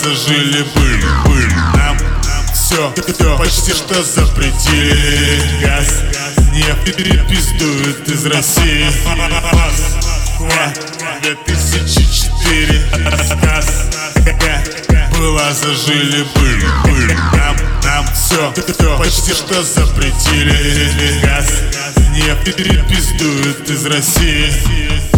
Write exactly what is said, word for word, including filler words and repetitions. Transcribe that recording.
зажили, были, были. Нам все, все почти что запретили. Газ, нефть перепиздуют из России. Москва, две тысячи четыре. Газ, была, зажили, были, были. Нам, нам все, все почти что запретили. Газ, нефть перепиздуют из России.